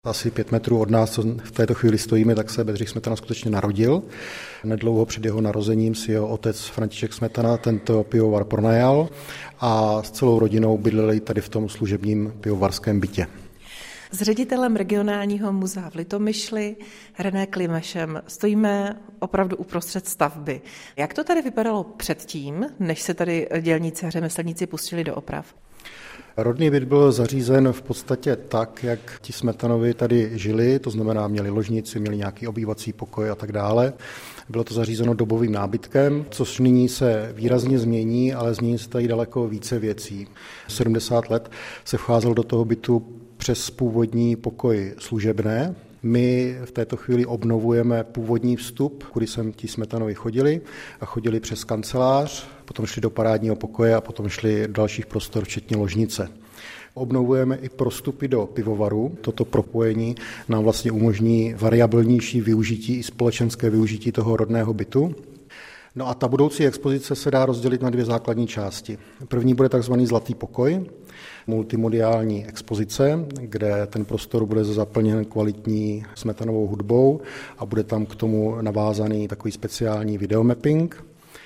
Asi 5 metrů od nás, co v této chvíli stojíme, tak se Bedřich Smetana skutečně narodil. Nedlouho před jeho narozením si jeho otec František Smetana tento pivovar pronajal a s celou rodinou bydleli tady v tom služebním pivovarském bytě. S ředitelem regionálního muzea v Litomyšli, René Klimešem, stojíme opravdu uprostřed stavby. Jak to tady vypadalo předtím, než se tady dělníci a řemeslníci pustili do oprav? Rodný byt byl zařízen v podstatě tak, jak ti Smetanovi tady žili, to znamená měli ložnici, měli nějaký obývací pokoj a tak dále. Bylo to zařízeno dobovým nábytkem, což nyní se výrazně změní, ale změní se tady daleko více věcí. 70 let se vcházel do toho bytu přes původní pokoj služebné. My v této chvíli obnovujeme původní vstup, kudy sem ti Smetanovi chodili a chodili přes kancelář, potom šli do parádního pokoje a potom šli do dalších prostor, včetně ložnice. Obnovujeme i prostupy do pivovaru. Toto propojení nám vlastně umožní variabilnější využití i společenské využití toho rodného bytu. No a ta budoucí expozice se dá rozdělit na 2 základní části. První bude takzvaný Zlatý pokoj, multimediální expozice, kde ten prostor bude zaplněn kvalitní Smetanovou hudbou a bude tam k tomu navázaný takový speciální videomapping.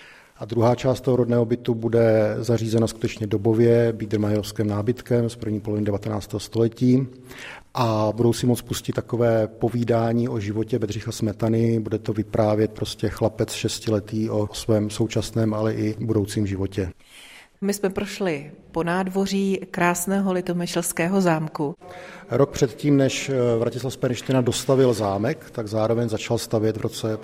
A druhá část toho rodného bytu bude zařízena skutečně dobově biedermeierovským nábytkem z první poloviny 19. století a budou si moct pustit takové povídání o životě Bedřicha Smetany. Bude to vyprávět prostě chlapec 6letý o svém současném, ale i budoucím životě. My jsme prošli po nádvoří krásného litomyšlského zámku. Rok předtím, než Vratislav Pernština dostavil zámek, tak zároveň začal stavět v roce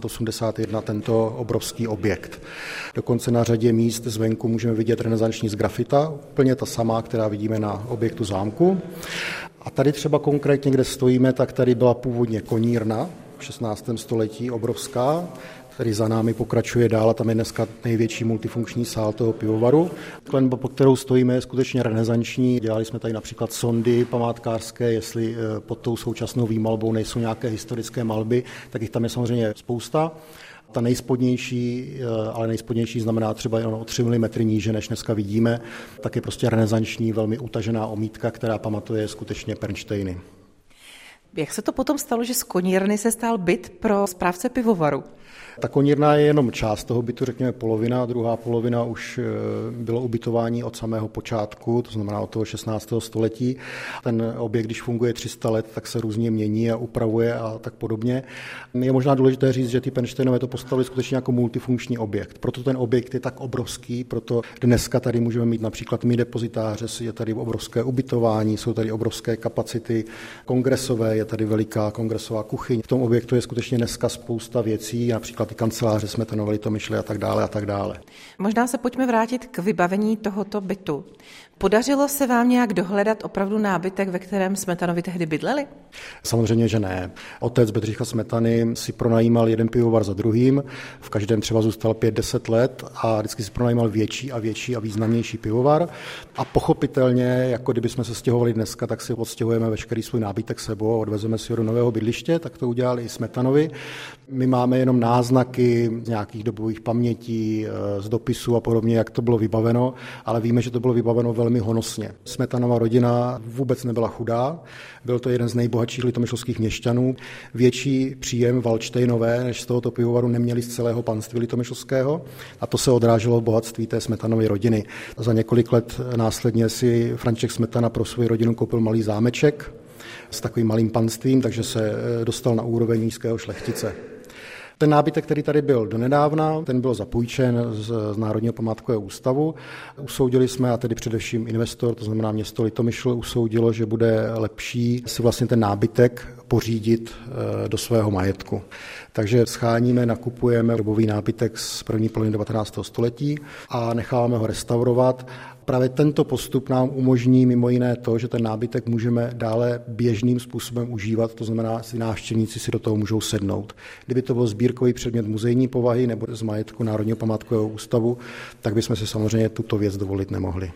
1581 tento obrovský objekt. Dokonce na řadě míst zvenku můžeme vidět renesanční sgrafita, úplně ta samá, která vidíme na objektu zámku. A tady třeba konkrétně, kde stojíme, tak tady byla původně konírna v 16. století obrovská, který za námi pokračuje dál a tam je dneska největší multifunkční sál toho pivovaru. Klenba, pod kterou stojíme, je skutečně renesanční. Dělali jsme tady například sondy památkářské, jestli pod tou současnou výmalbou nejsou nějaké historické malby, tak jich tam je samozřejmě spousta. Ta nejspodnější, ale nejspodnější znamená třeba jen o 3 mm níže, než dneska vidíme, tak je prostě renesanční, velmi utažená omítka, která pamatuje skutečně Pernštejny. Jak se to potom stalo, že z konírny se stal byt pro správce pivovaru? Ta konírna je jenom část toho bytu, řekněme polovina, a druhá polovina už bylo ubytování od samého počátku, to znamená od toho 16. století. Ten objekt, když funguje 300 let, tak se různě mění a upravuje a tak podobně. Je možná důležité říct, že ty Pernštejnové to postavili skutečně jako multifunkční objekt. Proto ten objekt je tak obrovský, proto dneska tady můžeme mít například depozitáře, je tady obrovské ubytování, jsou tady obrovské kapacity kongresové, je tady veliká kongresová kuchyň. V tom objektu je skutečně dneska spousta věcí, například ty kanceláře Smetanovi Litomyšli a tak dále a tak dále. Možná se pojďme vrátit k vybavení tohoto bytu. Podařilo se vám nějak dohledat opravdu nábytek, ve kterém Smetanovi tehdy bydleli? Samozřejmě, že ne. Otec Bedřicha Smetany si pronajímal jeden pivovar za druhým, v každém třeba zůstal 5-10 let a vždycky si pronajímal větší a větší a významnější pivovar. A pochopitelně, jako kdybychom se stěhovali dneska, tak si odstěhujeme veškerý svůj nábytek sebou a odvezeme si ho do nového bydliště, tak to udělali i Smetanovi. My máme jenom náznaky z nějakých dobových pamětí, z dopisů a podobně, jak to bylo vybaveno, ale víme, že to bylo vybaveno velmi honosně. Smetanova rodina vůbec nebyla chudá, byl to jeden z nejbohatších litomyšlských měšťanů. Větší příjem Valdštejnové než z tohoto pivovaru neměli z celého panství litomyšlského a to se odráželo v bohatství té Smetanovy rodiny. Za několik let následně si František Smetana pro svou rodinu koupil malý zámeček s takovým malým panstvím, takže se dostal na úroveň nízkého šlechtice. Ten nábytek, který tady byl donedávna, ten byl zapůjčen z Národního památkového ústavu. Usoudili jsme, a tedy především investor, to znamená město Litomyšl, usoudilo, že bude lepší si vlastně ten nábytek pořídit do svého majetku. Takže scháníme, nakupujeme dobový nábytek z první poloviny 19. století a necháváme ho restaurovat. Právě tento postup nám umožní mimo jiné to, že ten nábytek můžeme dále běžným způsobem užívat, to znamená, že návštěvníci si do toho můžou sednout. Kdyby to byl sbírkový předmět muzejní povahy nebo z majetku Národního památkového ústavu, tak bychom si samozřejmě tuto věc dovolit nemohli.